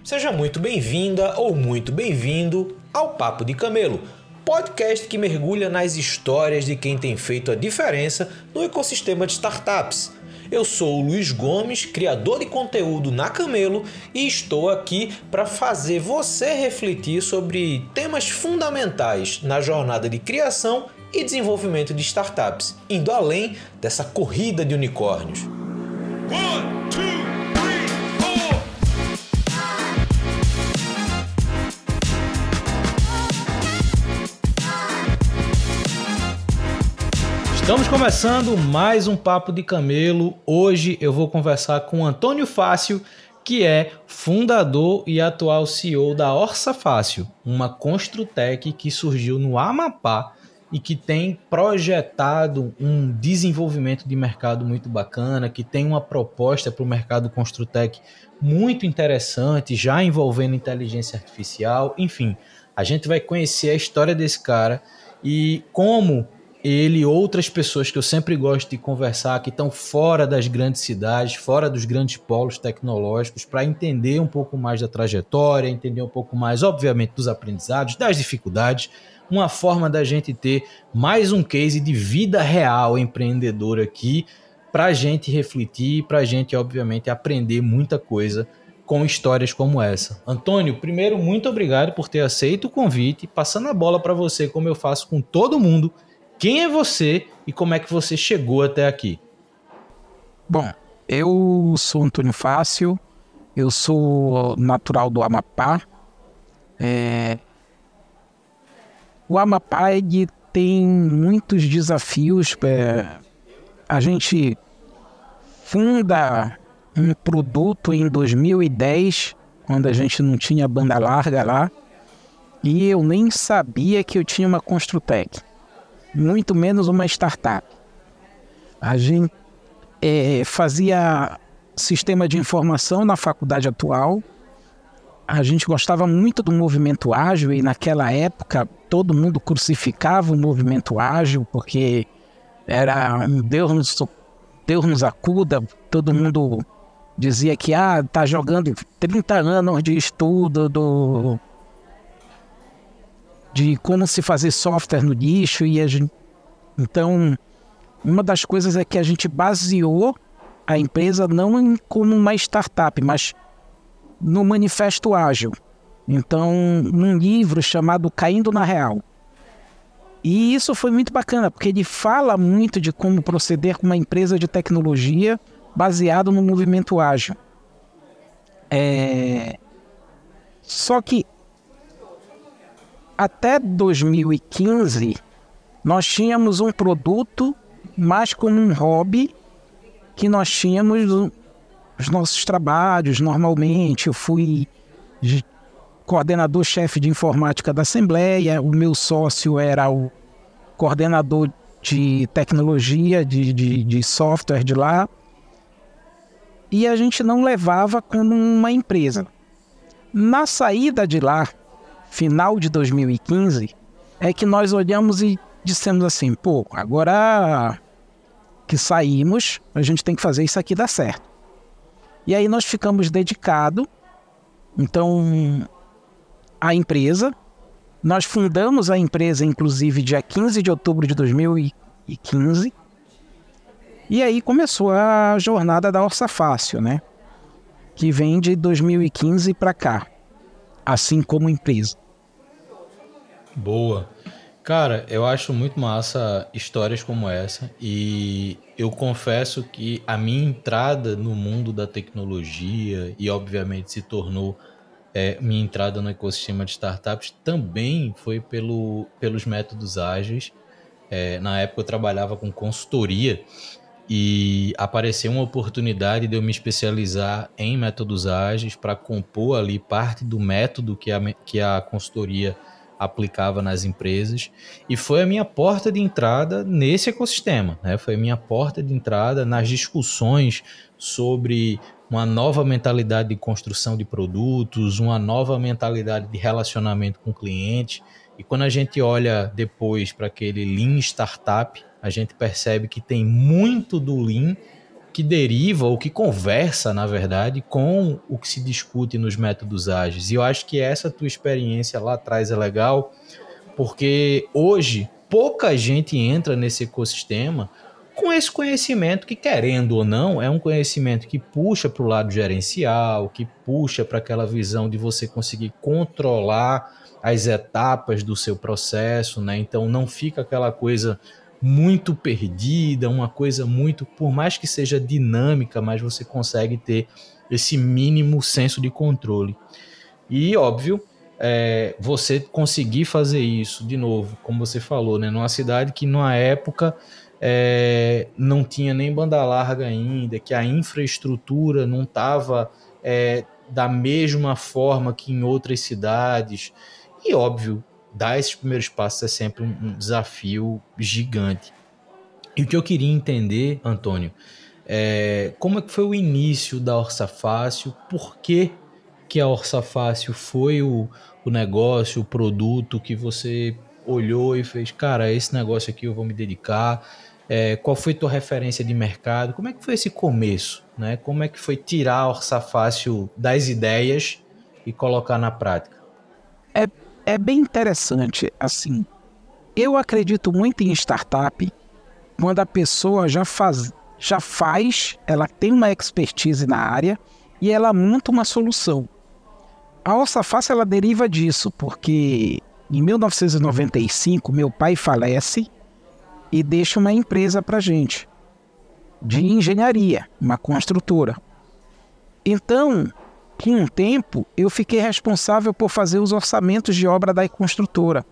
Seja muito bem-vinda ou muito bem-vindo ao Papo de Camelo, podcast que mergulha nas histórias de quem tem feito a diferença no ecossistema de startups. Eu sou o Luiz Gomes, criador de conteúdo na Camelo, e estou aqui para fazer você refletir sobre temas fundamentais na jornada de criação e desenvolvimento de startups, indo além dessa corrida de unicórnios. One, two, three, four. Estamos começando mais um Papo de Camelo. Hoje eu vou conversar com o Antônio Fácil, que é fundador e atual CEO da Orça Fácil, uma construtec que surgiu no Amapá e que tem projetado um desenvolvimento de mercado muito bacana, que tem uma proposta para o mercado construtec muito interessante, já envolvendo inteligência artificial. Enfim, a gente vai conhecer a história desse cara e como ele e outras pessoas que eu sempre gosto de conversar, que estão fora das grandes cidades, fora dos grandes polos tecnológicos, para entender um pouco mais da trajetória, entender um pouco mais, obviamente, dos aprendizados, das dificuldades, uma forma da gente ter mais um case de vida real empreendedora aqui, para a gente refletir, para a gente, obviamente, aprender muita coisa com histórias como essa. Antônio, primeiro, muito obrigado por ter aceito o convite, passando a bola para você, como eu faço com todo mundo. Quem é você e como é que você chegou até aqui? Bom, eu sou Antônio Fácil, eu sou natural do Amapá. O Amapá ele tem muitos desafios. A gente funda um produto em 2010, quando a gente não tinha banda larga lá, e eu nem sabia que eu tinha uma construtec, muito menos uma startup. A gente fazia sistema de informação na faculdade atual. A gente gostava muito do movimento ágil e naquela época todo mundo crucificava o movimento ágil porque era Deus nos acuda. Todo mundo dizia que tá jogando 30 anos de estudo de como se fazer software no lixo. Então, uma das coisas é que a gente baseou a empresa não como uma startup, mas no Manifesto Ágil. Então, num livro chamado Caindo na Real. E isso foi muito bacana, porque ele fala muito de como proceder com uma empresa de tecnologia baseado no movimento ágil. Só que até 2015, nós tínhamos um produto mais como um hobby que nós tínhamos os nossos trabalhos normalmente. Eu fui coordenador-chefe de informática da Assembleia, o meu sócio era o coordenador de tecnologia, de software de lá, e a gente não levava como uma empresa. Na saída de lá, final de 2015, é que nós olhamos e dissemos assim, agora que saímos, a gente tem que fazer isso aqui dar certo. E aí nós ficamos dedicados, então, à empresa. Nós fundamos a empresa, inclusive, dia 15 de outubro de 2015. E aí começou a jornada da Orça Fácil, né? Que vem de 2015 para cá, assim como empresa. Boa. Cara, eu acho muito massa histórias como essa e eu confesso que a minha entrada no mundo da tecnologia e obviamente se tornou minha entrada no ecossistema de startups também foi pelos métodos ágeis. Na época eu trabalhava com consultoria e apareceu uma oportunidade de eu me especializar em métodos ágeis para compor ali parte do método que a consultoria aplicava nas empresas, e foi a minha porta de entrada nesse ecossistema, né? Foi a minha porta de entrada nas discussões sobre uma nova mentalidade de construção de produtos, uma nova mentalidade de relacionamento com o cliente. E quando a gente olha depois para aquele Lean Startup, a gente percebe que tem muito do Lean que deriva ou que conversa, na verdade, com o que se discute nos métodos ágeis. E eu acho que essa tua experiência lá atrás é legal, porque hoje pouca gente entra nesse ecossistema com esse conhecimento que, querendo ou não, é um conhecimento que puxa para o lado gerencial, que puxa para aquela visão de você conseguir controlar as etapas do seu processo, né? Então não fica aquela coisa muito perdida, uma coisa muito, por mais que seja dinâmica, mas você consegue ter esse mínimo senso de controle. E, óbvio, você conseguir fazer isso, de novo, como você falou, né, numa cidade que, numa época, não tinha nem banda larga ainda, que a infraestrutura não estava da mesma forma que em outras cidades. E, óbvio, dar esses primeiros passos é sempre um desafio gigante. E o que eu queria entender, Antônio, como é que foi o início da Orça Fácil, por que a Orça Fácil foi o negócio, o produto que você olhou e fez, cara, esse negócio aqui eu vou me dedicar, qual foi tua referência de mercado, como é que foi esse começo, né? Como é que foi tirar a Orça Fácil das ideias e colocar na prática? É bem interessante, assim, eu acredito muito em startup quando a pessoa já faz, ela tem uma expertise na área e ela monta uma solução. A Orça Fácil, ela deriva disso, porque em 1995 meu pai falece e deixa uma empresa pra gente, de engenharia, uma construtora. Então, com um tempo, eu fiquei responsável por fazer os orçamentos de obra da construtora.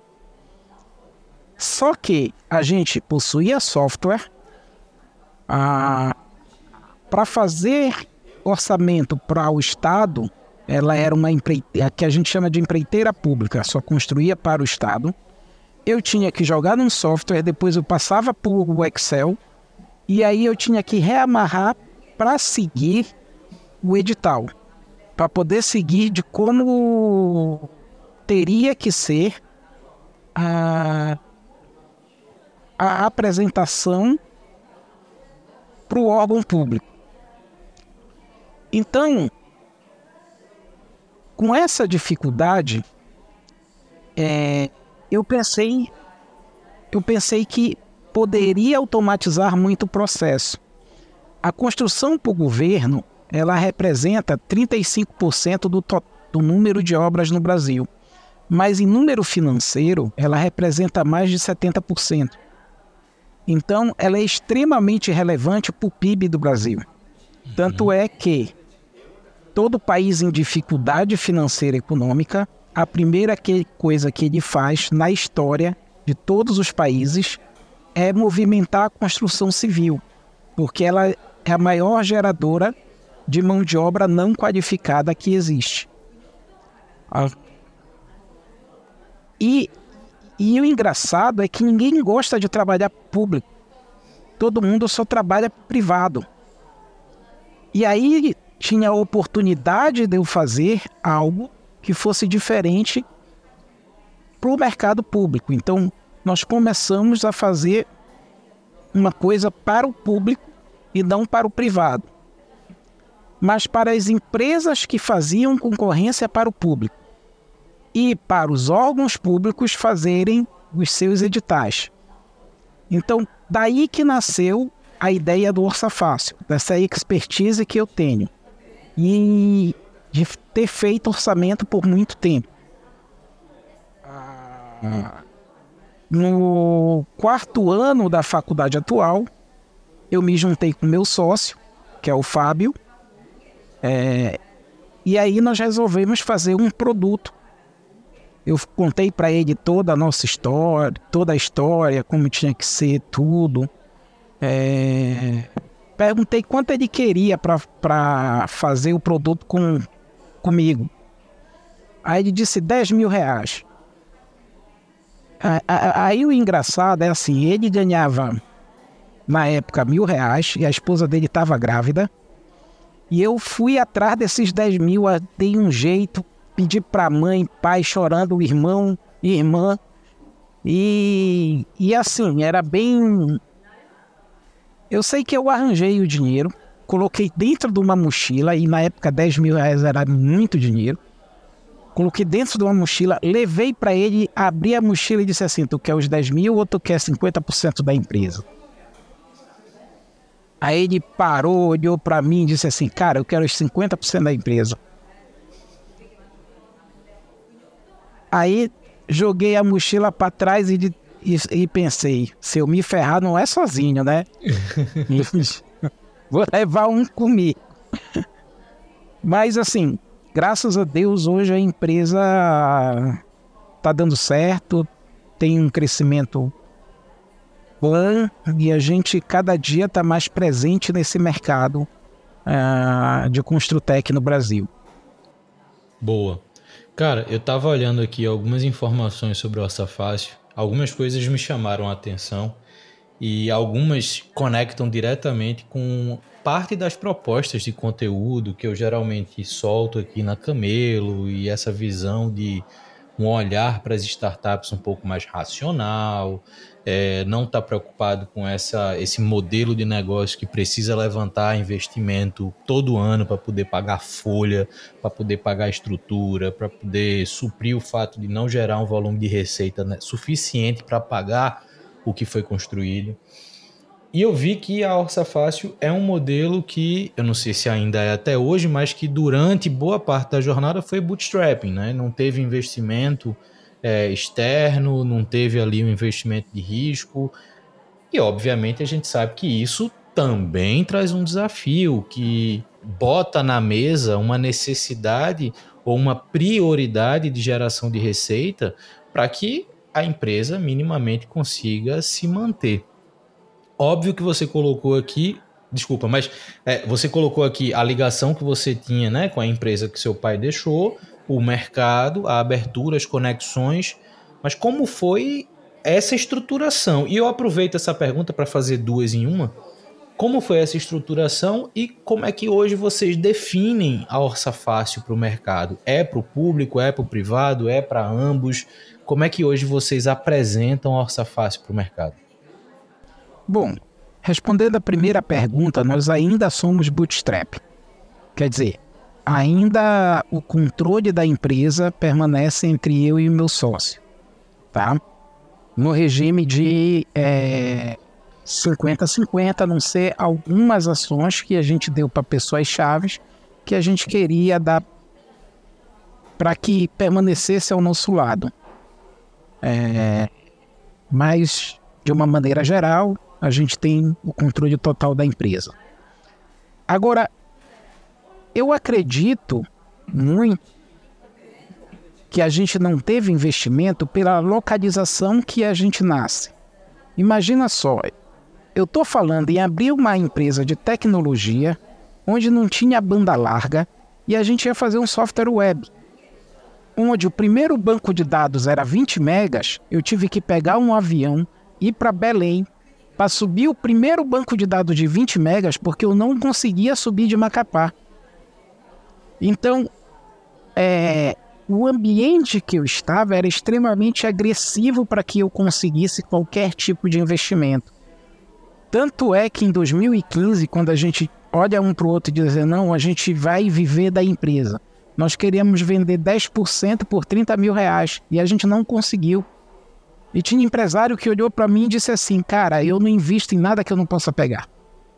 Só que a gente possuía software para fazer orçamento para o Estado. Ela era uma empreiteira, que a gente chama de empreiteira pública, só construía para o Estado. Eu tinha que jogar num software, depois eu passava por o Excel, e aí eu tinha que reamarrar para seguir o edital, para poder seguir de como teria que ser a apresentação para o órgão público. Então, com essa dificuldade, eu pensei que poderia automatizar muito o processo. A construção por governo, ela representa 35% do número de obras no Brasil, mas em número financeiro, ela representa mais de 70%. Então, ela é extremamente relevante para o PIB do Brasil. Tanto é que todo país em dificuldade financeira e econômica, a primeira coisa que ele faz na história de todos os países é movimentar a construção civil, porque ela é a maior geradora de mão de obra não qualificada que existe. E o engraçado é que ninguém gosta de trabalhar público. Todo mundo só trabalha privado. E aí tinha a oportunidade de eu fazer algo que fosse diferente para o mercado público. Então, nós começamos a fazer uma coisa para o público e não para o privado, mas para as empresas que faziam concorrência para o público e para os órgãos públicos fazerem os seus editais. Então, daí que nasceu a ideia do Orça Fácil, dessa expertise que eu tenho e de ter feito orçamento por muito tempo. No 4º ano da faculdade atual, eu me juntei com meu sócio, que é o Fábio, e aí nós resolvemos fazer um produto. Eu contei para ele toda a nossa história, toda a história, como tinha que ser tudo. Perguntei quanto ele queria para fazer o produto comigo. Aí ele disse R$10.000. Aí o engraçado é assim, ele ganhava na época R$1.000 e a esposa dele estava grávida. E eu fui atrás desses 10 mil, dei um jeito, pedi para mãe, pai chorando, irmão, irmã. E assim, era bem Eu sei que eu arranjei o dinheiro, coloquei dentro de uma mochila, e na época R$ 10.000 era muito dinheiro. Coloquei dentro de uma mochila, levei para ele, abri a mochila e disse assim: tu quer os 10 mil ou tu quer 50% da empresa? Aí ele parou, olhou para mim e disse assim: cara, eu quero os 50% da empresa. Aí joguei a mochila para trás e pensei: se eu me ferrar, não é sozinho, né? Vou levar um comigo. Mas assim, graças a Deus, hoje a empresa está dando certo, tem um crescimento bom e a gente cada dia está mais presente nesse mercado de Construtec no Brasil. Boa. Cara, eu tava olhando aqui algumas informações sobre o Orça Fácil, algumas coisas me chamaram a atenção e algumas conectam diretamente com parte das propostas de conteúdo que eu geralmente solto aqui na Camelo e essa visão de um olhar para as startups um pouco mais racional, não estar preocupado com esse modelo de negócio que precisa levantar investimento todo ano para poder pagar folha, para poder pagar estrutura, para poder suprir o fato de não gerar um volume de receita, né, suficiente para pagar o que foi construído. E eu vi que a Orça Fácil é um modelo que, eu não sei se ainda é até hoje, mas que durante boa parte da jornada foi bootstrapping, né? Não teve investimento externo, não teve ali um investimento de risco. E, obviamente, a gente sabe que isso também traz um desafio, que bota na mesa uma necessidade ou uma prioridade de geração de receita para que a empresa minimamente consiga se manter. Óbvio que você colocou aqui, desculpa, mas você colocou aqui a ligação que você tinha, né, com a empresa que seu pai deixou, o mercado, a abertura, as conexões, mas como foi essa estruturação? E eu aproveito essa pergunta para fazer duas em uma. Como foi essa estruturação e como é que hoje vocês definem a Orça Fácil para o mercado? É para o público, é para o privado, é para ambos? Como é que hoje vocês apresentam a Orça Fácil para o mercado? Bom, respondendo a primeira pergunta, nós ainda somos bootstrap. Quer dizer, ainda o controle da empresa permanece entre eu e o meu sócio, tá? No regime de 50-50, a não ser algumas ações que a gente deu para pessoas chaves que a gente queria dar para que permanecesse ao nosso lado. Mas, de uma maneira geral, a gente tem o controle total da empresa. Agora, eu acredito muito que a gente não teve investimento pela localização que a gente nasce. Imagina só, eu estou falando em abrir uma empresa de tecnologia onde não tinha banda larga e a gente ia fazer um software web. Onde o primeiro banco de dados era 20 megas, eu tive que pegar um avião, ir para Belém, para subir o primeiro banco de dados de 20 megas, porque eu não conseguia subir de Macapá. Então, o ambiente que eu estava era extremamente agressivo para que eu conseguisse qualquer tipo de investimento. Tanto é que em 2015, quando a gente olha um para o outro e diz, não, a gente vai viver da empresa. Nós queríamos vender 10% por R$30 mil, e a gente não conseguiu. E tinha empresário que olhou para mim e disse assim, cara, eu não invisto em nada que eu não possa pegar.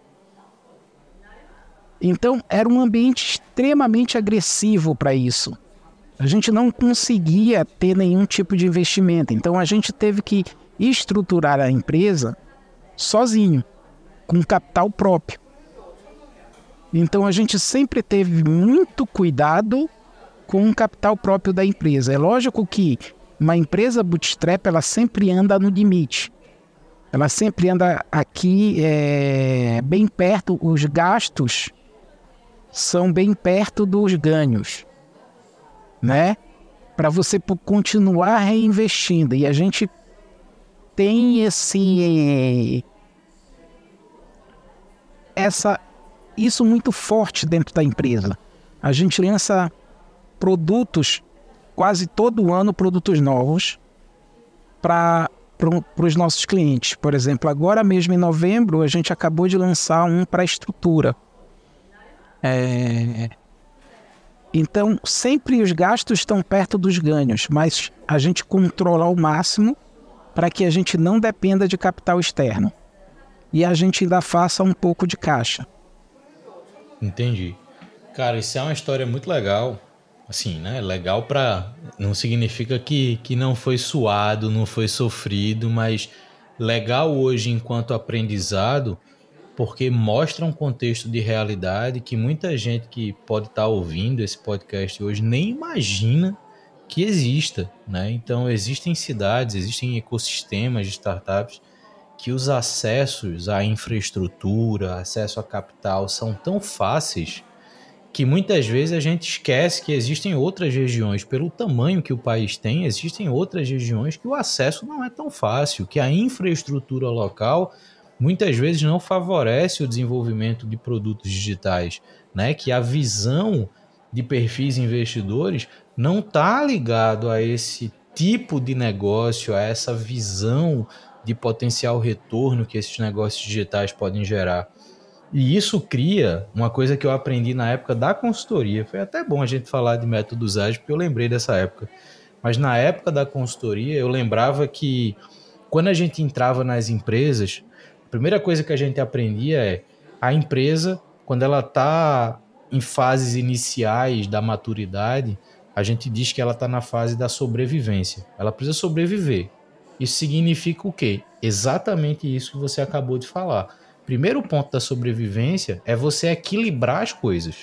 Então, era um ambiente extremamente agressivo para isso. A gente não conseguia ter nenhum tipo de investimento. Então, a gente teve que estruturar a empresa sozinho, com capital próprio. Então, a gente sempre teve muito cuidado com o capital próprio da empresa. É lógico que uma empresa bootstrap, ela sempre anda no limite. Ela sempre anda aqui bem perto, os gastos são bem perto dos ganhos, né? Para você continuar reinvestindo. E a gente tem isso muito forte dentro da empresa. A gente lança produtos quase todo ano, produtos novos, para para os nossos clientes. Por exemplo, agora mesmo em novembro, a gente acabou de lançar um para estrutura. Então, sempre os gastos estão perto dos ganhos, mas a gente controla ao máximo para que a gente não dependa de capital externo. E a gente ainda faça um pouco de caixa. Entendi. Cara, isso é uma história muito legal. Assim, né? Legal para... Não significa que não foi suado, não foi sofrido, mas legal hoje enquanto aprendizado, porque mostra um contexto de realidade que muita gente que pode estar ouvindo esse podcast hoje nem imagina que exista, né? Então, existem cidades, existem ecossistemas de startups que os acessos à infraestrutura, acesso a capital são tão fáceis que muitas vezes a gente esquece que existem outras regiões, pelo tamanho que o país tem, existem outras regiões que o acesso não é tão fácil, que a infraestrutura local muitas vezes não favorece o desenvolvimento de produtos digitais, né? Que a visão de perfis investidores não está ligado a esse tipo de negócio, a essa visão de potencial retorno que esses negócios digitais podem gerar. E isso cria uma coisa que eu aprendi na época da consultoria. Foi até bom a gente falar de métodos ágeis, porque eu lembrei dessa época. Mas na época da consultoria, eu lembrava que quando a gente entrava nas empresas, a primeira coisa que a gente aprendia é a empresa, quando ela está em fases iniciais da maturidade, a gente diz que ela está na fase da sobrevivência. Ela precisa sobreviver. Isso significa o quê? Exatamente isso que você acabou de falar. Primeiro ponto da sobrevivência é você equilibrar as coisas.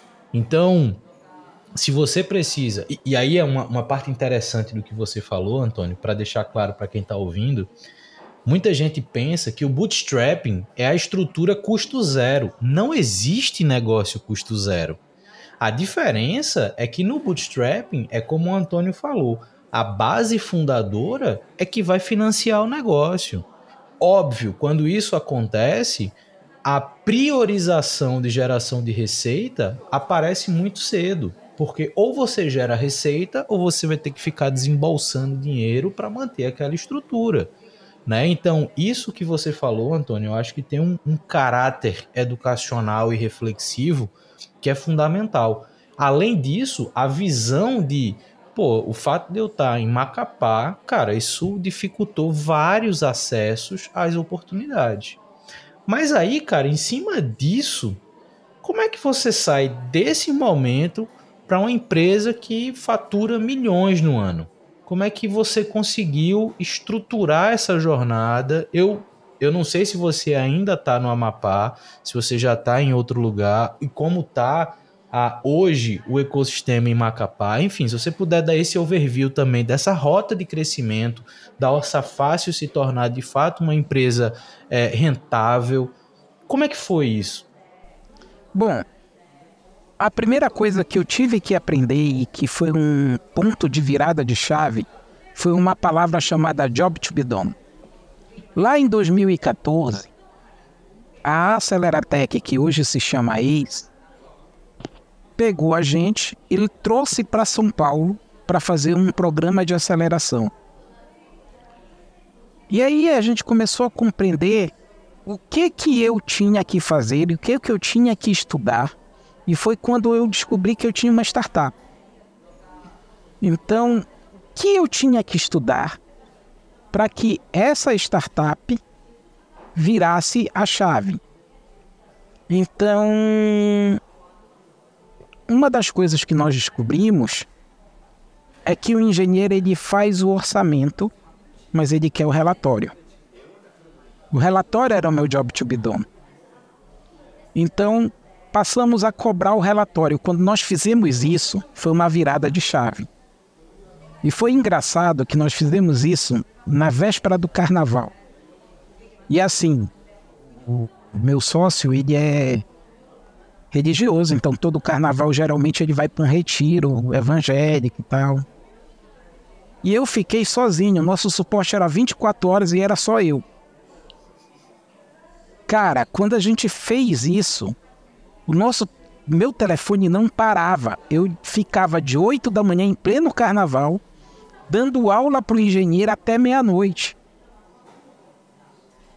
Então, se você precisa... E aí é uma parte interessante do que você falou, Antônio, para deixar claro para quem está ouvindo. Muita gente pensa que o bootstrapping é a estrutura custo zero. Não existe negócio custo zero. A diferença é que no bootstrapping, é como o Antônio falou, a base fundadora é que vai financiar o negócio. Óbvio, quando isso acontece, a priorização de geração de receita aparece muito cedo, porque ou você gera receita ou você vai ter que ficar desembolsando dinheiro para manter aquela estrutura, né? Então, isso que você falou, Antônio, eu acho que tem um caráter educacional e reflexivo que é fundamental. Além disso, a visão de... Pô, o fato de eu estar em Macapá, cara, isso dificultou vários acessos às oportunidades. Mas aí, cara, em cima disso, como é que você sai desse momento para uma empresa que fatura milhões no ano? Como é que você conseguiu estruturar essa jornada? Eu não sei se você ainda está no Amapá, se você já está em outro lugar, e como está hoje o ecossistema em Macapá. Enfim, se você puder dar esse overview também dessa rota de crescimento, da Orça Fácil se tornar de fato uma empresa rentável. Como é que foi isso? Bom, a primeira coisa que eu tive que aprender e que foi um ponto de virada de chave foi uma palavra chamada Job to be done. Lá em 2014, a Aceleratec, que hoje se chama ACE, pegou a gente e trouxe para São Paulo para fazer um programa de aceleração. E aí a gente começou a compreender o que eu tinha que fazer e o que eu tinha que estudar. E foi quando eu descobri que eu tinha uma startup. Então, o que eu tinha que estudar para que essa startup virasse a chave? Então, uma das coisas que nós descobrimos é que o engenheiro ele faz o orçamento, mas ele quer o relatório. O relatório era o meu job to be done. Então, passamos a cobrar o relatório. Quando nós fizemos isso, foi uma virada de chave. E foi engraçado que nós fizemos isso na véspera do carnaval. E assim, o meu sócio, ele é religioso, então todo carnaval geralmente ele vai para um retiro evangélico e tal. E eu fiquei sozinho, nosso suporte era 24 horas e era só eu. Cara, quando a gente fez isso, meu telefone não parava. Eu ficava de 8 da manhã em pleno carnaval, dando aula para o engenheiro até meia-noite.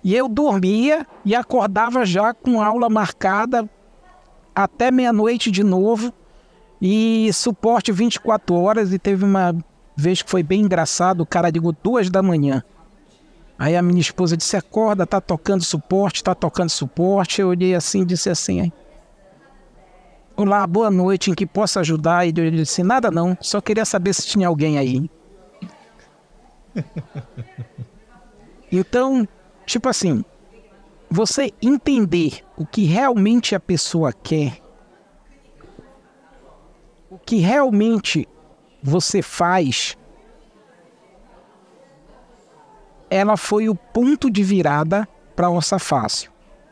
E eu dormia e acordava já com aula marcada até meia-noite de novo. E suporte 24 horas. E teve uma vez que foi bem engraçado, o cara ligou 2 da manhã. Aí a minha esposa disse, acorda, tá tocando suporte. Eu olhei assim e disse assim, olá, boa noite, em que posso ajudar? E ele disse, nada não, só queria saber se tinha alguém aí. Então, tipo assim, você entender o que realmente a pessoa quer, o que realmente você faz, ela foi o ponto de virada para a Orça Fácil.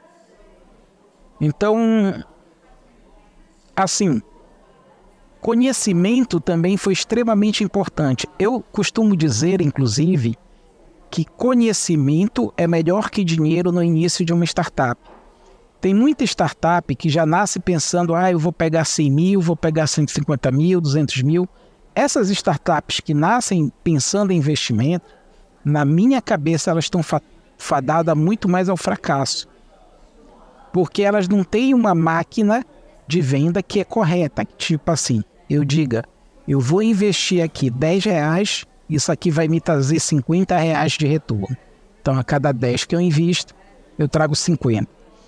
Então, assim, conhecimento também foi extremamente importante. Eu costumo dizer, inclusive, que conhecimento é melhor que dinheiro no início de uma startup. Tem muita startup que já nasce pensando, eu vou pegar 100 mil, vou pegar 150 mil, 200 mil. Essas startups que nascem pensando em investimento, na minha cabeça elas estão fadadas muito mais ao fracasso. Porque elas não têm uma máquina de venda que é correta. Tipo assim, eu diga, eu vou investir aqui R$10, isso aqui vai me trazer R$50 de retorno. Então, a cada 10 que eu invisto, eu trago 50.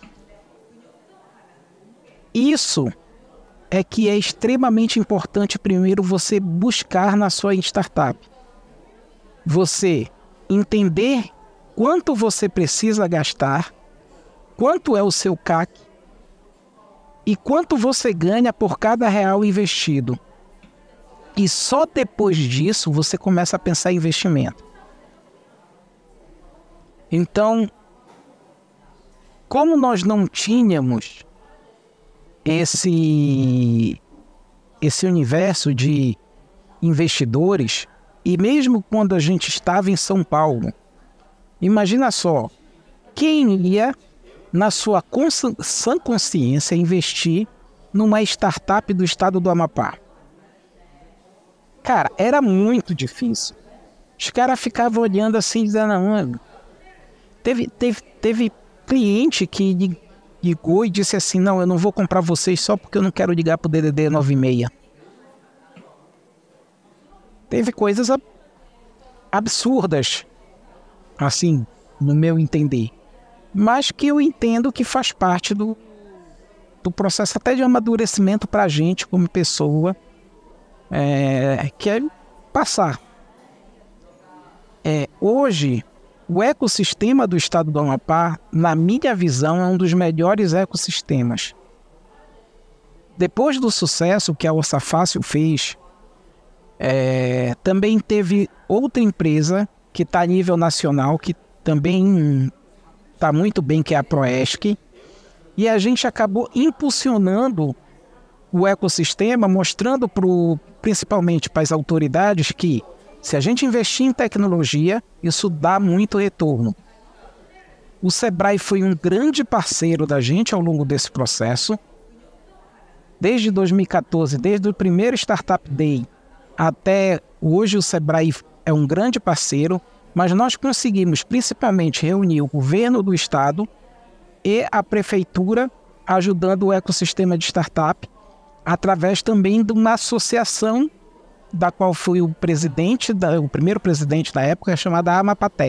Isso é que é extremamente importante, primeiro, você buscar na sua startup. Você entender quanto você precisa gastar, quanto é o seu CAC e quanto você ganha por cada real investido. E só depois disso você começa a pensar em investimento. Então, como nós não tínhamos esse universo de investidores, e mesmo quando a gente estava em São Paulo, imagina só, quem ia, na sua sã consciência, investir numa startup do estado do Amapá? Cara, era muito difícil. Os caras ficavam olhando assim, dizendo, não. Teve cliente que ligou e disse assim, não, eu não vou comprar vocês só porque eu não quero ligar pro DDD 96. Teve coisas absurdas, assim, no meu entender. Mas que eu entendo que faz parte do processo até de amadurecimento pra gente como pessoa, que é passar. Hoje, o ecossistema do estado do Amapá, na minha visão, é um dos melhores ecossistemas. Depois do sucesso que a Orça Fácil fez, também teve outra empresa que está a nível nacional, que também está muito bem, que é a Proesc, e a gente acabou impulsionando o ecossistema, mostrando principalmente para as autoridades que se a gente investir em tecnologia, isso dá muito retorno. O Sebrae foi um grande parceiro da gente ao longo desse processo. Desde 2014, desde o primeiro Startup Day até hoje, o Sebrae é um grande parceiro, mas nós conseguimos principalmente reunir o governo do estado e a prefeitura ajudando o ecossistema de startup, através também de uma associação da qual fui o primeiro presidente da época, chamada Amapatec.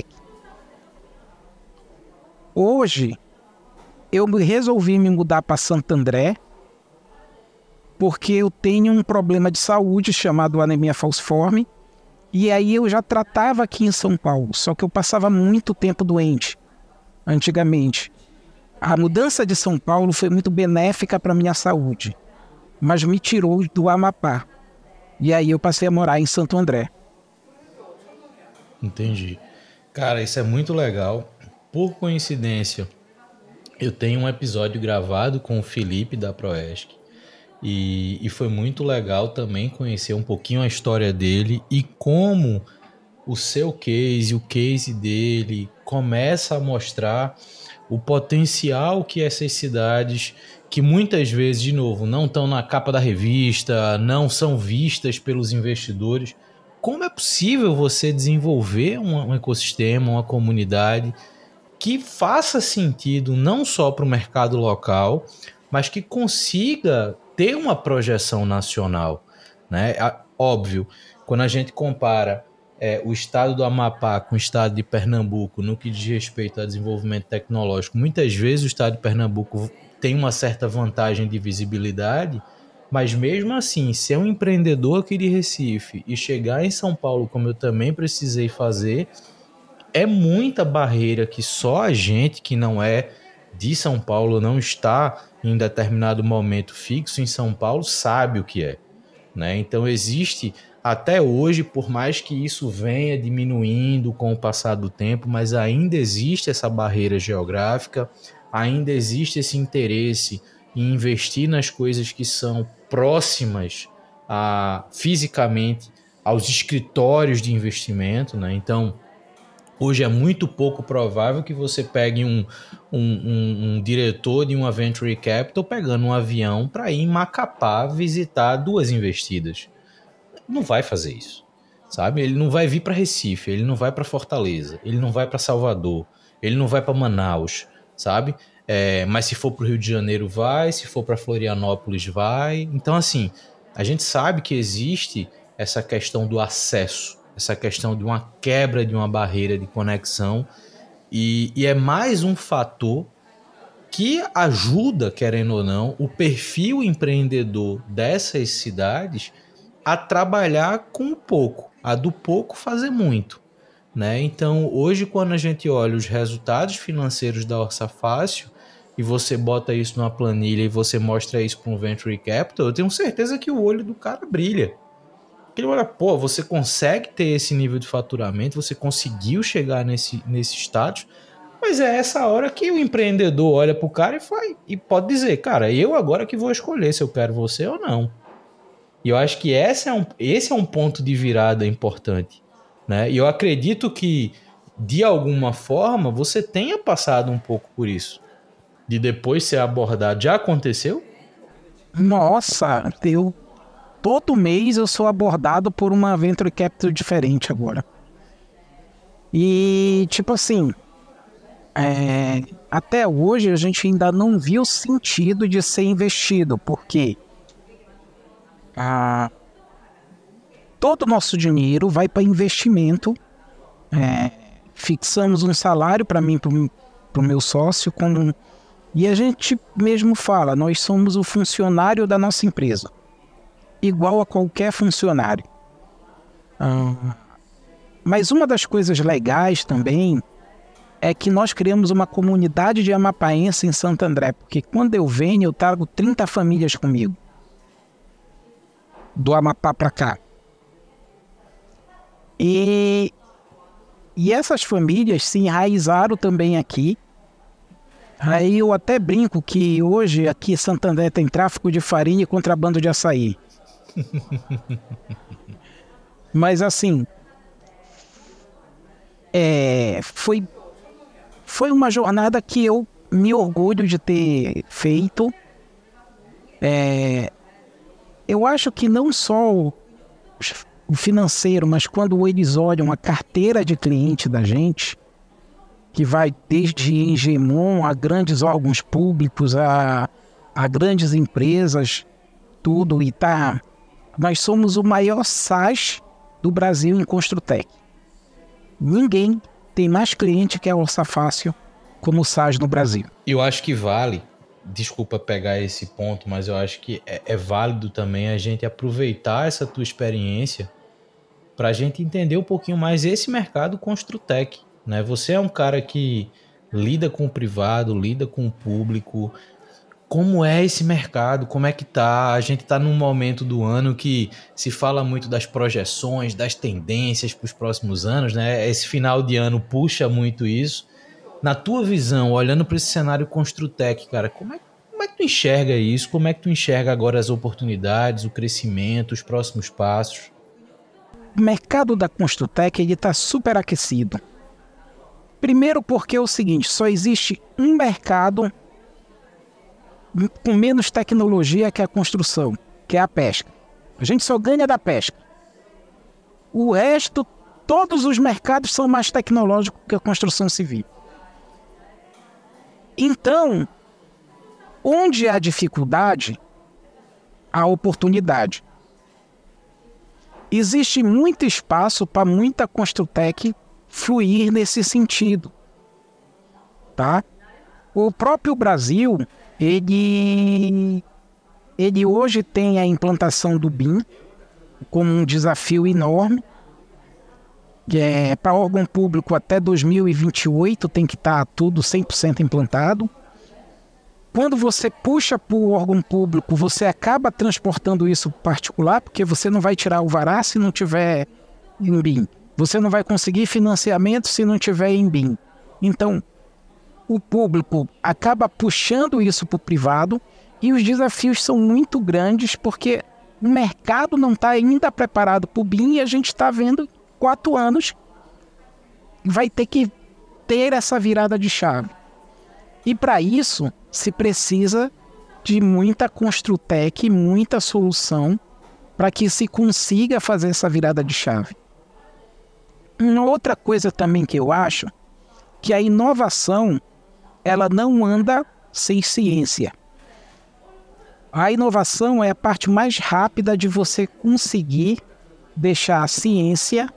Hoje, eu resolvi me mudar para Santo André, porque eu tenho um problema de saúde chamado anemia falciforme, e aí eu já tratava aqui em São Paulo, só que eu passava muito tempo doente, antigamente. A mudança de São Paulo foi muito benéfica para a minha saúde, mas me tirou do Amapá. E aí eu passei a morar em Santo André. Entendi. Cara, isso é muito legal. Por coincidência, eu tenho um episódio gravado com o Felipe da Proesc. E foi muito legal também conhecer um pouquinho a história dele e como o seu case, o case dele, começa a mostrar o potencial que essas cidades, que muitas vezes, de novo, não estão na capa da revista, não são vistas pelos investidores. Como é possível você desenvolver um ecossistema, uma comunidade que faça sentido não só para o mercado local, mas que consiga ter uma projeção nacional, né? Óbvio, quando a gente compara o estado do Amapá com o estado de Pernambuco no que diz respeito a desenvolvimento tecnológico, muitas vezes o estado de Pernambuco tem uma certa vantagem de visibilidade, mas mesmo assim, ser um empreendedor aqui de Recife e chegar em São Paulo, como eu também precisei fazer, é muita barreira que só a gente que não é de São Paulo, não está em determinado momento fixo em São Paulo, sabe o que é, né? Então existe até hoje, por mais que isso venha diminuindo com o passar do tempo, mas ainda existe essa barreira geográfica, ainda existe esse interesse em investir nas coisas que são próximas fisicamente aos escritórios de investimento, né? Então, hoje é muito pouco provável que você pegue um diretor de uma Venture Capital pegando um avião para ir em Macapá visitar duas investidas. Não vai fazer isso, sabe? Ele não vai vir para Recife, ele não vai para Fortaleza, ele não vai para Salvador, ele não vai para Manaus, sabe? Mas se for para o Rio de Janeiro vai, se for para Florianópolis vai. Então, assim, a gente sabe que existe essa questão do acesso, essa questão de uma quebra de uma barreira de conexão e é mais um fator que ajuda, querendo ou não, o perfil empreendedor dessas cidades a trabalhar com pouco, a do pouco fazer muito, né? Então, hoje, quando a gente olha os resultados financeiros da Orça Fácil e você bota isso numa planilha e você mostra isso para um Venture Capital, eu tenho certeza que o olho do cara brilha. Ele olha, pô, você consegue ter esse nível de faturamento, você conseguiu chegar nesse status, mas é essa hora que o empreendedor olha pro cara e pode dizer, cara, eu agora que vou escolher se eu quero você ou não. E eu acho que esse é um ponto de virada importante, né? E eu acredito que, de alguma forma, você tenha passado um pouco por isso. De depois ser abordado. Já aconteceu? Nossa, todo mês eu sou abordado por uma Venture Capital diferente agora. E, tipo assim, até hoje a gente ainda não viu o sentido de ser investido, porque todo o nosso dinheiro vai para investimento. Fixamos um salário para mim, para o meu sócio, e a gente mesmo fala, nós somos o funcionário da nossa empresa, igual a qualquer funcionário. Mas uma das coisas legais também é que nós criamos uma comunidade de amapaense em Santo André, porque quando eu venho eu trago 30 famílias comigo, do Amapá para cá. E essas famílias se enraizaram também aqui. Aí eu até brinco que hoje aqui em Santo André tem tráfico de farinha e contrabando de açaí. Mas assim, foi uma jornada que eu me orgulho de ter feito. Eu acho que não só o financeiro, mas quando eles olham a carteira de cliente da gente, que vai desde Engemon a grandes órgãos públicos, a grandes empresas, tudo, e nós somos o maior SaaS do Brasil em Construtec. Ninguém tem mais cliente que a Orça Fácil como SaaS no Brasil. Eu acho que vale, desculpa pegar esse ponto, mas eu acho que é válido também a gente aproveitar essa tua experiência para a gente entender um pouquinho mais esse mercado Construtec, né? Você é um cara que lida com o privado, lida com o público. Como é esse mercado? Como é que tá? A gente tá num momento do ano que se fala muito das projeções, das tendências para os próximos anos, né? Esse final de ano puxa muito isso. Na tua visão, olhando para esse cenário Construtec, cara, como é que tu enxerga isso? Como é que tu enxerga agora as oportunidades, o crescimento, os próximos passos? O mercado da Construtec está super aquecido. Primeiro porque é o seguinte, só existe um mercado com menos tecnologia que a construção, que é a pesca. A gente só ganha da pesca. O resto, todos os mercados são mais tecnológicos que a construção civil. Então, onde há dificuldade, há oportunidade. Existe muito espaço para muita Construtec fluir nesse sentido, tá? O próprio Brasil, ele hoje tem a implantação do BIM como um desafio enorme, que é para órgão público até 2028 tem que estar tudo 100% implantado. Quando você puxa para o órgão público, você acaba transportando isso para o particular, porque você não vai tirar o vará se não tiver em BIM. Você não vai conseguir financiamento se não tiver em BIM. Então, o público acaba puxando isso para o privado e os desafios são muito grandes porque o mercado não está ainda preparado para o BIM e a gente está vendo 4 anos vai ter que ter essa virada de chave. E para isso se precisa de muita Construtec, muita solução para que se consiga fazer essa virada de chave. Uma outra coisa também que eu acho, que a inovação ela não anda sem ciência. A inovação é a parte mais rápida de você conseguir deixar a ciência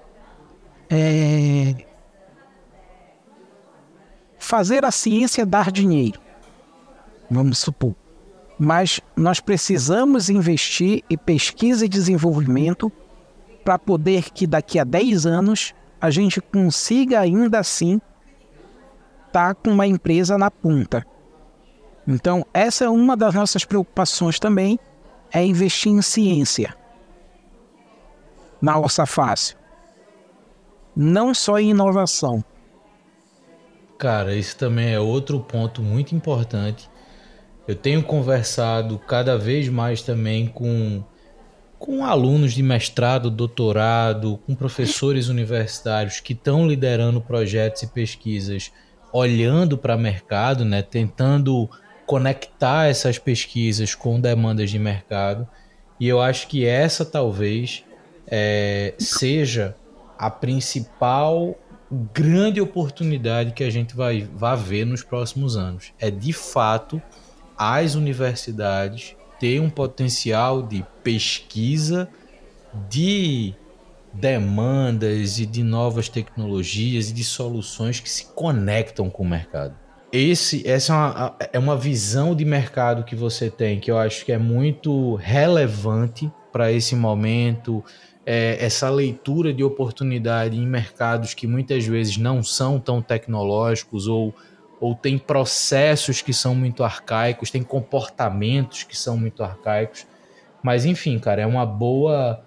fazer a ciência dar dinheiro, vamos supor. Mas nós precisamos investir em pesquisa e desenvolvimento para poder que daqui a 10 anos a gente consiga ainda assim estar com uma empresa na ponta. Então essa é uma das nossas preocupações também, é investir em ciência na Orça Fácil, não só em inovação. Cara, isso também é outro ponto muito importante. Eu tenho conversado cada vez mais também com alunos de mestrado, doutorado, com professores universitários que estão liderando projetos e pesquisas, olhando para o mercado, né, tentando conectar essas pesquisas com demandas de mercado. E eu acho que essa talvez seja a principal grande oportunidade que a gente vai ver nos próximos anos. É de fato as universidades ter um potencial de pesquisa, de demandas e de novas tecnologias e de soluções que se conectam com o mercado. Essa é uma visão de mercado que você tem, que eu acho que é muito relevante para esse momento, essa leitura de oportunidade em mercados que muitas vezes não são tão tecnológicos ou tem processos que são muito arcaicos, tem comportamentos que são muito arcaicos. Mas enfim, cara, é uma boa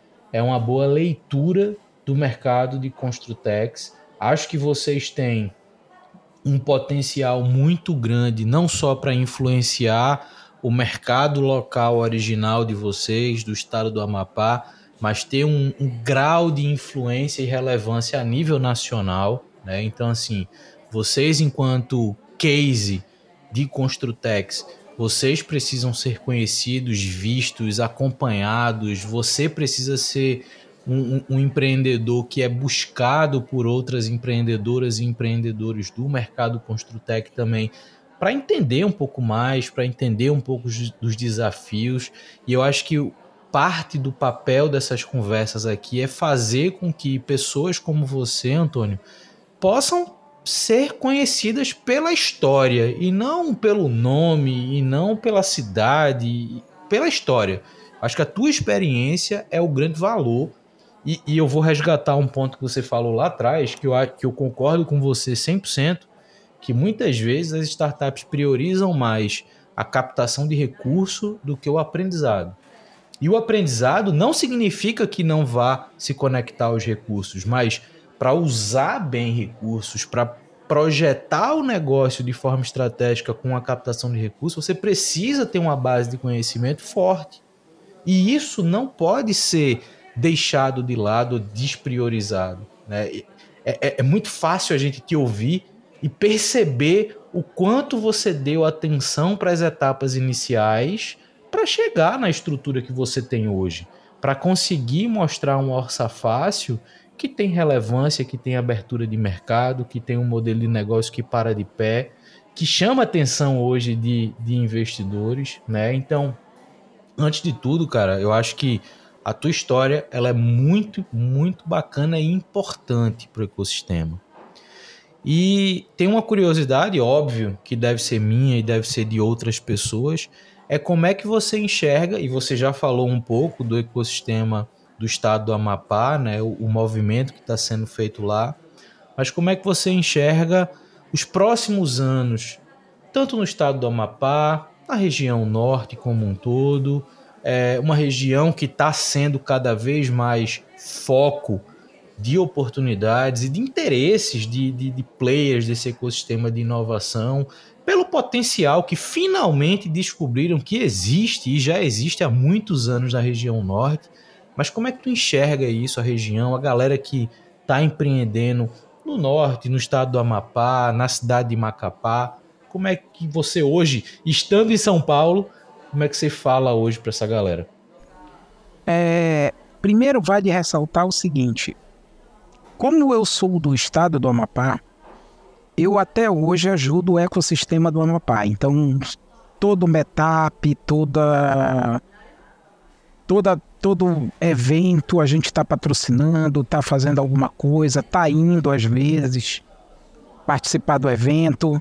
leitura do mercado de Construtecs. Acho que vocês têm um potencial muito grande, não só para influenciar o mercado local original de vocês, do estado do Amapá, mas ter um grau de influência e relevância a nível nacional, né? Então, assim, vocês, enquanto case de Construtecs, vocês precisam ser conhecidos, vistos, acompanhados. Você precisa ser um empreendedor que é buscado por outras empreendedoras e empreendedores do mercado Construtec também, para entender um pouco mais, para entender um pouco dos desafios. E eu acho que parte do papel dessas conversas aqui é fazer com que pessoas como você, Antônio, possam ser conhecidas pela história e não pelo nome e não pela cidade, pela história. Acho que a tua experiência é o grande valor e eu vou resgatar um ponto que você falou lá atrás, que eu concordo com você 100%, que muitas vezes as startups priorizam mais a captação de recurso do que o aprendizado. E o aprendizado não significa que não vá se conectar aos recursos, mas para usar bem recursos, para projetar o negócio de forma estratégica com a captação de recursos, você precisa ter uma base de conhecimento forte. E isso não pode ser deixado de lado, despriorizado, né? É muito fácil a gente te ouvir e perceber o quanto você deu atenção para as etapas iniciais para chegar na estrutura que você tem hoje, para conseguir mostrar um Orça Fácil que tem relevância, que tem abertura de mercado, que tem um modelo de negócio que para de pé. que chama atenção hoje de investidores, né? Então, antes de tudo, cara, eu acho que a tua história ela é muito, muito bacana e importante para o ecossistema. E tem uma curiosidade, óbvio, que deve ser minha e deve ser de outras pessoas, é como é que você enxerga, e você já falou um pouco do ecossistema do estado do Amapá, né, o movimento que está sendo feito lá, mas como é que você enxerga os próximos anos, tanto no estado do Amapá, na região norte como um todo, uma região que está sendo cada vez mais foco de oportunidades e de interesses de players desse ecossistema de inovação, pelo potencial que finalmente descobriram que existe e já existe há muitos anos na região norte. Mas como é que tu enxerga isso, a região, a galera que está empreendendo no norte, no estado do Amapá, na cidade de Macapá? Como é que você hoje, estando em São Paulo, como é que você fala hoje para essa galera? Primeiro, vale ressaltar o seguinte: como eu sou do estado do Amapá, eu até hoje ajudo o ecossistema do Amapá. Então, todo meetup, todo evento a gente está patrocinando, está fazendo alguma coisa, está indo às vezes participar do evento.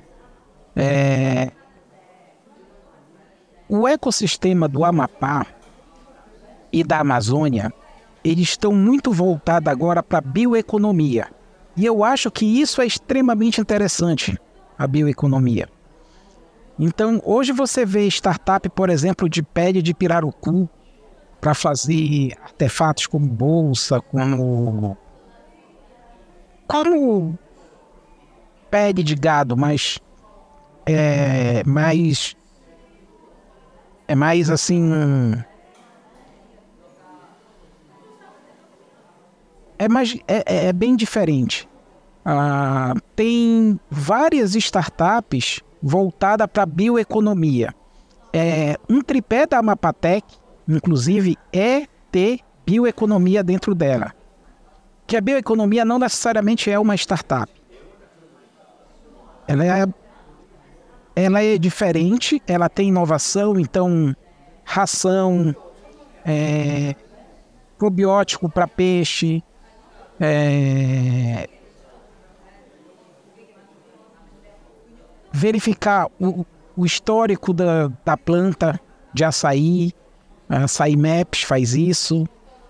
O ecossistema do Amapá e da Amazônia, eles estão muito voltados agora para a bioeconomia. E eu acho que isso é extremamente interessante, a bioeconomia. Então, hoje você vê startup, por exemplo, de pele de pirarucu, para fazer artefatos como bolsa, como pele de gado, mas é mais assim, é bem diferente. Tem várias startups voltadas para bioeconomia. Um tripé da Amapatec, inclusive, é ter bioeconomia dentro dela. Que a bioeconomia não necessariamente é uma startup. Ela é diferente, ela tem inovação, então ração, probiótico para peixe, verificar o histórico da planta de açaí. Açaí Maps faz isso.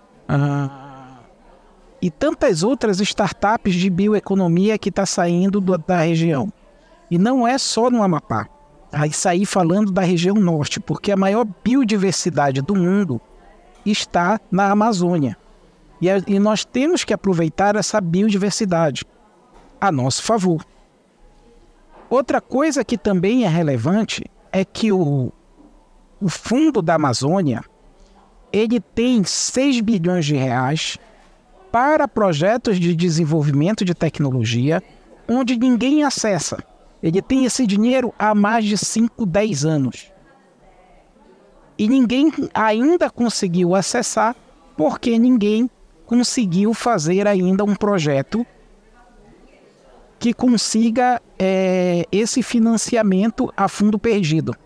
E tantas outras startups de bioeconomia que está saindo da região. E não é só no Amapá. Aí sair falando da região norte, porque a maior biodiversidade do mundo está na Amazônia. E nós temos que aproveitar essa biodiversidade a nosso favor. Outra coisa que também é relevante é que o Fundo da Amazônia, ele tem 6 bilhões de reais para projetos de desenvolvimento de tecnologia onde ninguém acessa. Ele tem esse dinheiro há mais de 5, 10 anos. E ninguém ainda conseguiu acessar porque ninguém conseguiu fazer ainda um projeto que consiga esse financiamento a fundo perdido,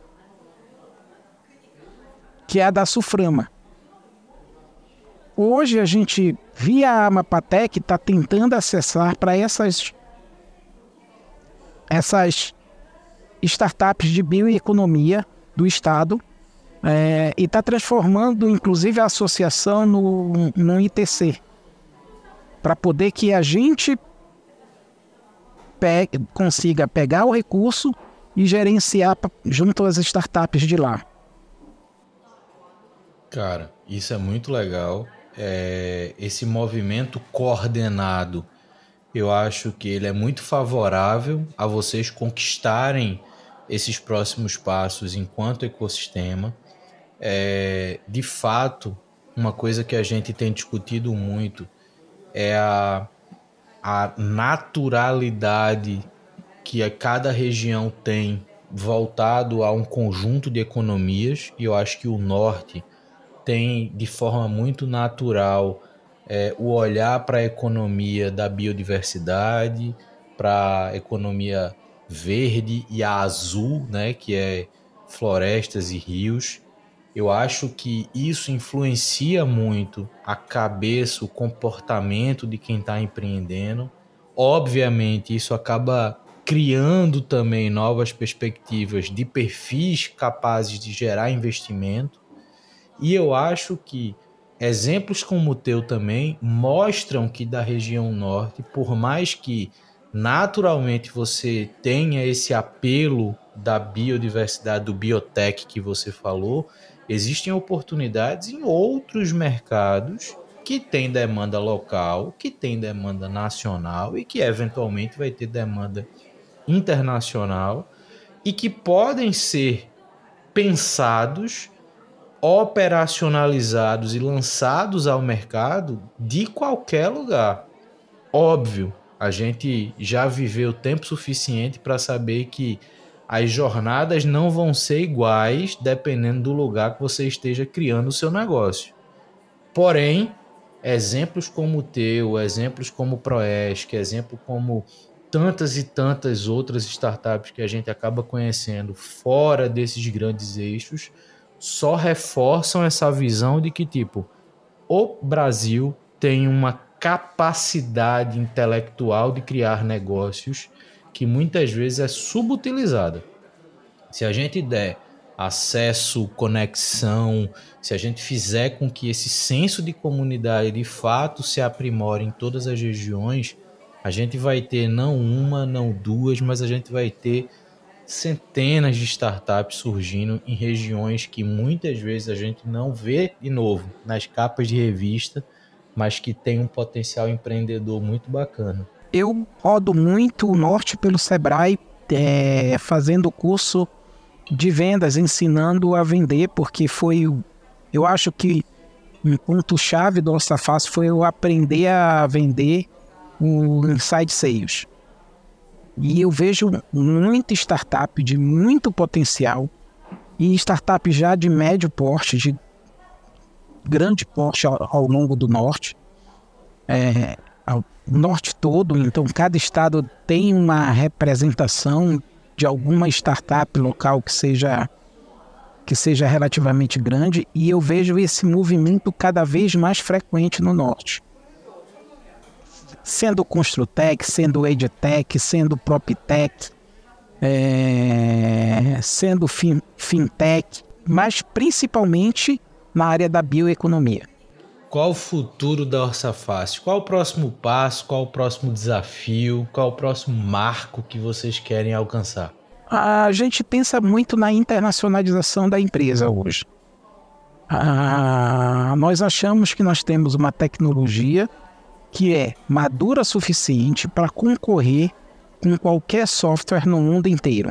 que é a da Suframa. Hoje a gente, via a Amapatec, está tentando acessar para essas startups de bioeconomia do Estado e está transformando, inclusive, a associação no ITC, para poder que a gente consiga pegar o recurso e gerenciar junto às startups de lá. Cara, isso é muito legal. Esse movimento coordenado, eu acho que ele é muito favorável a vocês conquistarem esses próximos passos enquanto ecossistema. De fato, uma coisa que a gente tem discutido muito é a naturalidade que cada região tem voltado a um conjunto de economias, e eu acho que o norte tem de forma muito natural o olhar para a economia da biodiversidade, para a economia verde e a azul, né, que é florestas e rios. Eu acho que isso influencia muito a cabeça, o comportamento de quem está empreendendo. Obviamente, isso acaba criando também novas perspectivas de perfis capazes de gerar investimento. E eu acho que exemplos como o teu também mostram que da região norte, por mais que naturalmente você tenha esse apelo da biodiversidade, do biotech que você falou, existem oportunidades em outros mercados que têm demanda local, que têm demanda nacional e que eventualmente vai ter demanda internacional e que podem ser pensados, operacionalizados e lançados ao mercado de qualquer lugar. Óbvio, a gente já viveu tempo suficiente para saber que as jornadas não vão ser iguais dependendo do lugar que você esteja criando o seu negócio. Porém, exemplos como o teu, exemplos como o Proesc, exemplo como tantas e tantas outras startups que a gente acaba conhecendo fora desses grandes eixos, só reforçam essa visão de que, tipo, o Brasil tem uma capacidade intelectual de criar negócios que muitas vezes é subutilizada. Se a gente der acesso, conexão, se a gente fizer com que esse senso de comunidade de fato se aprimore em todas as regiões, a gente vai ter não uma, não duas, mas a gente vai ter centenas de startups surgindo em regiões que muitas vezes a gente não vê de novo nas capas de revista, mas que tem um potencial empreendedor muito bacana. Eu rodo muito o norte pelo Sebrae, fazendo curso de vendas, ensinando a vender, porque eu acho que um ponto-chave do Orça Fácil foi eu aprender a vender o Inside Sales. E eu vejo muita startup de muito potencial e startup já de médio porte, de grande porte ao longo do norte, ao norte todo. Então cada estado tem uma representação de alguma startup local que seja relativamente grande, e eu vejo esse movimento cada vez mais frequente no norte. Sendo Construtec, sendo EdTech, sendo PropTech, sendo Fintech, mas principalmente na área da bioeconomia. Qual o futuro da Orça Fácil? Qual o próximo passo? Qual o próximo desafio? Qual o próximo marco que vocês querem alcançar? A gente pensa muito na internacionalização da empresa hoje. Nós achamos que nós temos uma tecnologia que é madura o suficiente para concorrer com qualquer software no mundo inteiro.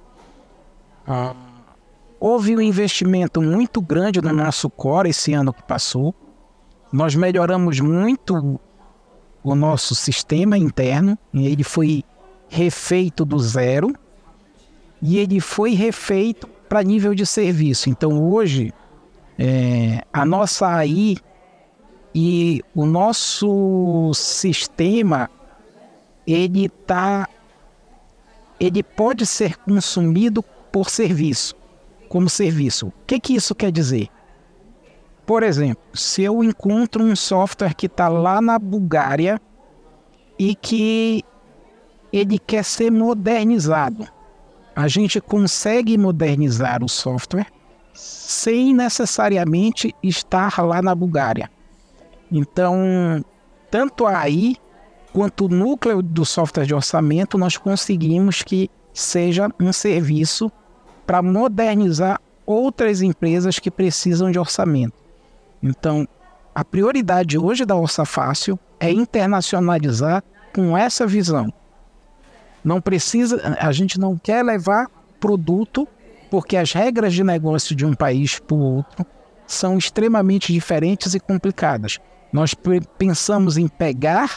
Houve um investimento muito grande no nosso core esse ano que passou. Nós melhoramos muito o nosso sistema interno, e ele foi refeito do zero, e ele foi refeito para nível de serviço. Então hoje, a nossa AI e o nosso sistema, ele pode ser consumido por serviço, como serviço. O que isso quer dizer? Por exemplo, se eu encontro um software que está lá na Bulgária e que ele quer ser modernizado, a gente consegue modernizar o software sem necessariamente estar lá na Bulgária. Então, tanto a AI quanto o núcleo do software de orçamento, nós conseguimos que seja um serviço para modernizar outras empresas que precisam de orçamento. Então, a prioridade hoje da Orça Fácil é internacionalizar com essa visão. A gente não quer levar produto, porque as regras de negócio de um país para o outro são extremamente diferentes e complicadas. Nós pensamos em pegar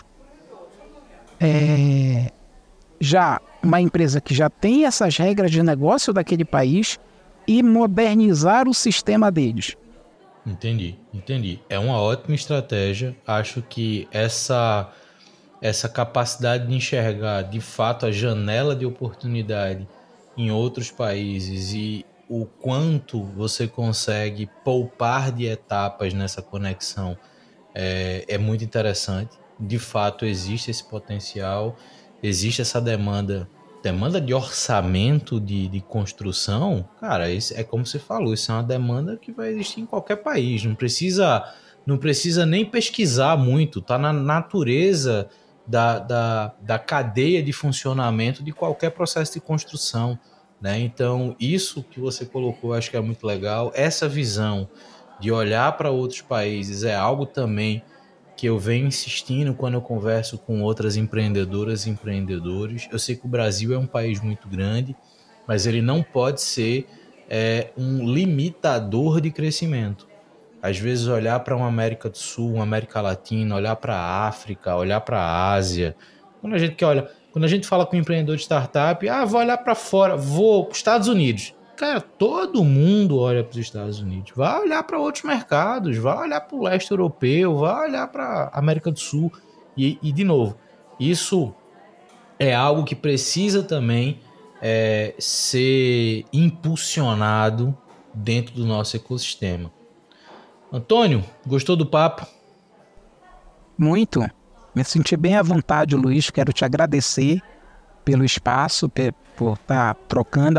já uma empresa que já tem essas regras de negócio daquele país e modernizar o sistema deles. Entendi. É uma ótima estratégia. Acho que essa essa capacidade de enxergar de fato a janela de oportunidade em outros países e o quanto você consegue poupar de etapas nessa conexão é muito interessante. De fato, existe esse potencial, existe essa demanda de orçamento de construção. Cara, isso é como você falou, isso é uma demanda que vai existir em qualquer país. Não precisa nem pesquisar muito, está na natureza da cadeia de funcionamento de qualquer processo de construção, né? Então, isso que você colocou, acho que é muito legal. Essa visão de olhar para outros países é algo também que eu venho insistindo quando eu converso com outras empreendedoras e empreendedores. Eu sei que o Brasil é um país muito grande, mas ele não pode ser um limitador de crescimento. Às vezes olhar para uma América do Sul, uma América Latina, olhar para a África, olhar para a Ásia. Quando a gente fala com um empreendedor de startup, vou olhar para fora, vou para os Estados Unidos. Cara, todo mundo olha para os Estados Unidos. Vai olhar para outros mercados, vai olhar para o leste europeu, vai olhar para a América do Sul. De novo, isso é algo que precisa também ser impulsionado dentro do nosso ecossistema. Antônio, gostou do papo? Muito. Me senti bem à vontade, Luiz. Quero te agradecer pelo espaço, por estar trocando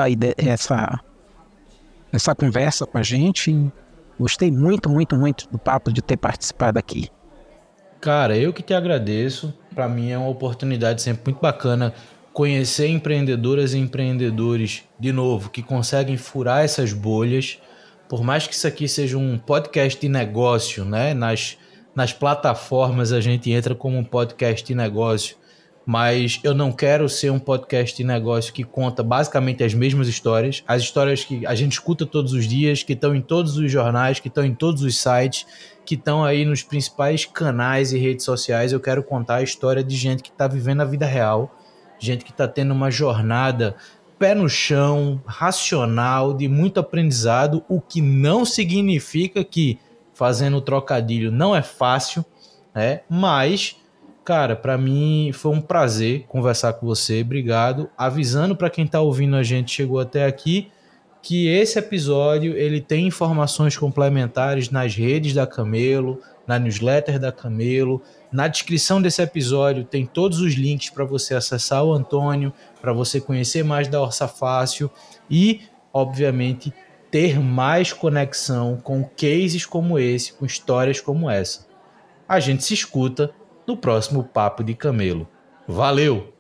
essa conversa com a gente. Gostei muito, muito, muito do papo, de ter participado aqui. Cara, eu que te agradeço. Para mim é uma oportunidade sempre muito bacana conhecer empreendedoras e empreendedores, de novo, que conseguem furar essas bolhas. Por mais que isso aqui seja um podcast de negócio, né? Nas plataformas a gente entra como um podcast de negócio, mas eu não quero ser um podcast de negócio que conta basicamente as mesmas histórias, as histórias que a gente escuta todos os dias, que estão em todos os jornais, que estão em todos os sites, que estão aí nos principais canais e redes sociais. Eu quero contar a história de gente que está vivendo a vida real, gente que está tendo uma jornada pé no chão, racional, de muito aprendizado, o que não significa que fazendo o trocadilho não é fácil, né? Mas, cara, para mim foi um prazer conversar com você, obrigado. Avisando para quem está ouvindo a gente, chegou até aqui, que esse episódio ele tem informações complementares nas redes da Camelo, na newsletter da Camelo. Na descrição desse episódio tem todos os links para você acessar o Antônio, para você conhecer mais da Orça Fácil e, obviamente, ter mais conexão com cases como esse, com histórias como essa. A gente se escuta no próximo Papo de Camelo. Valeu!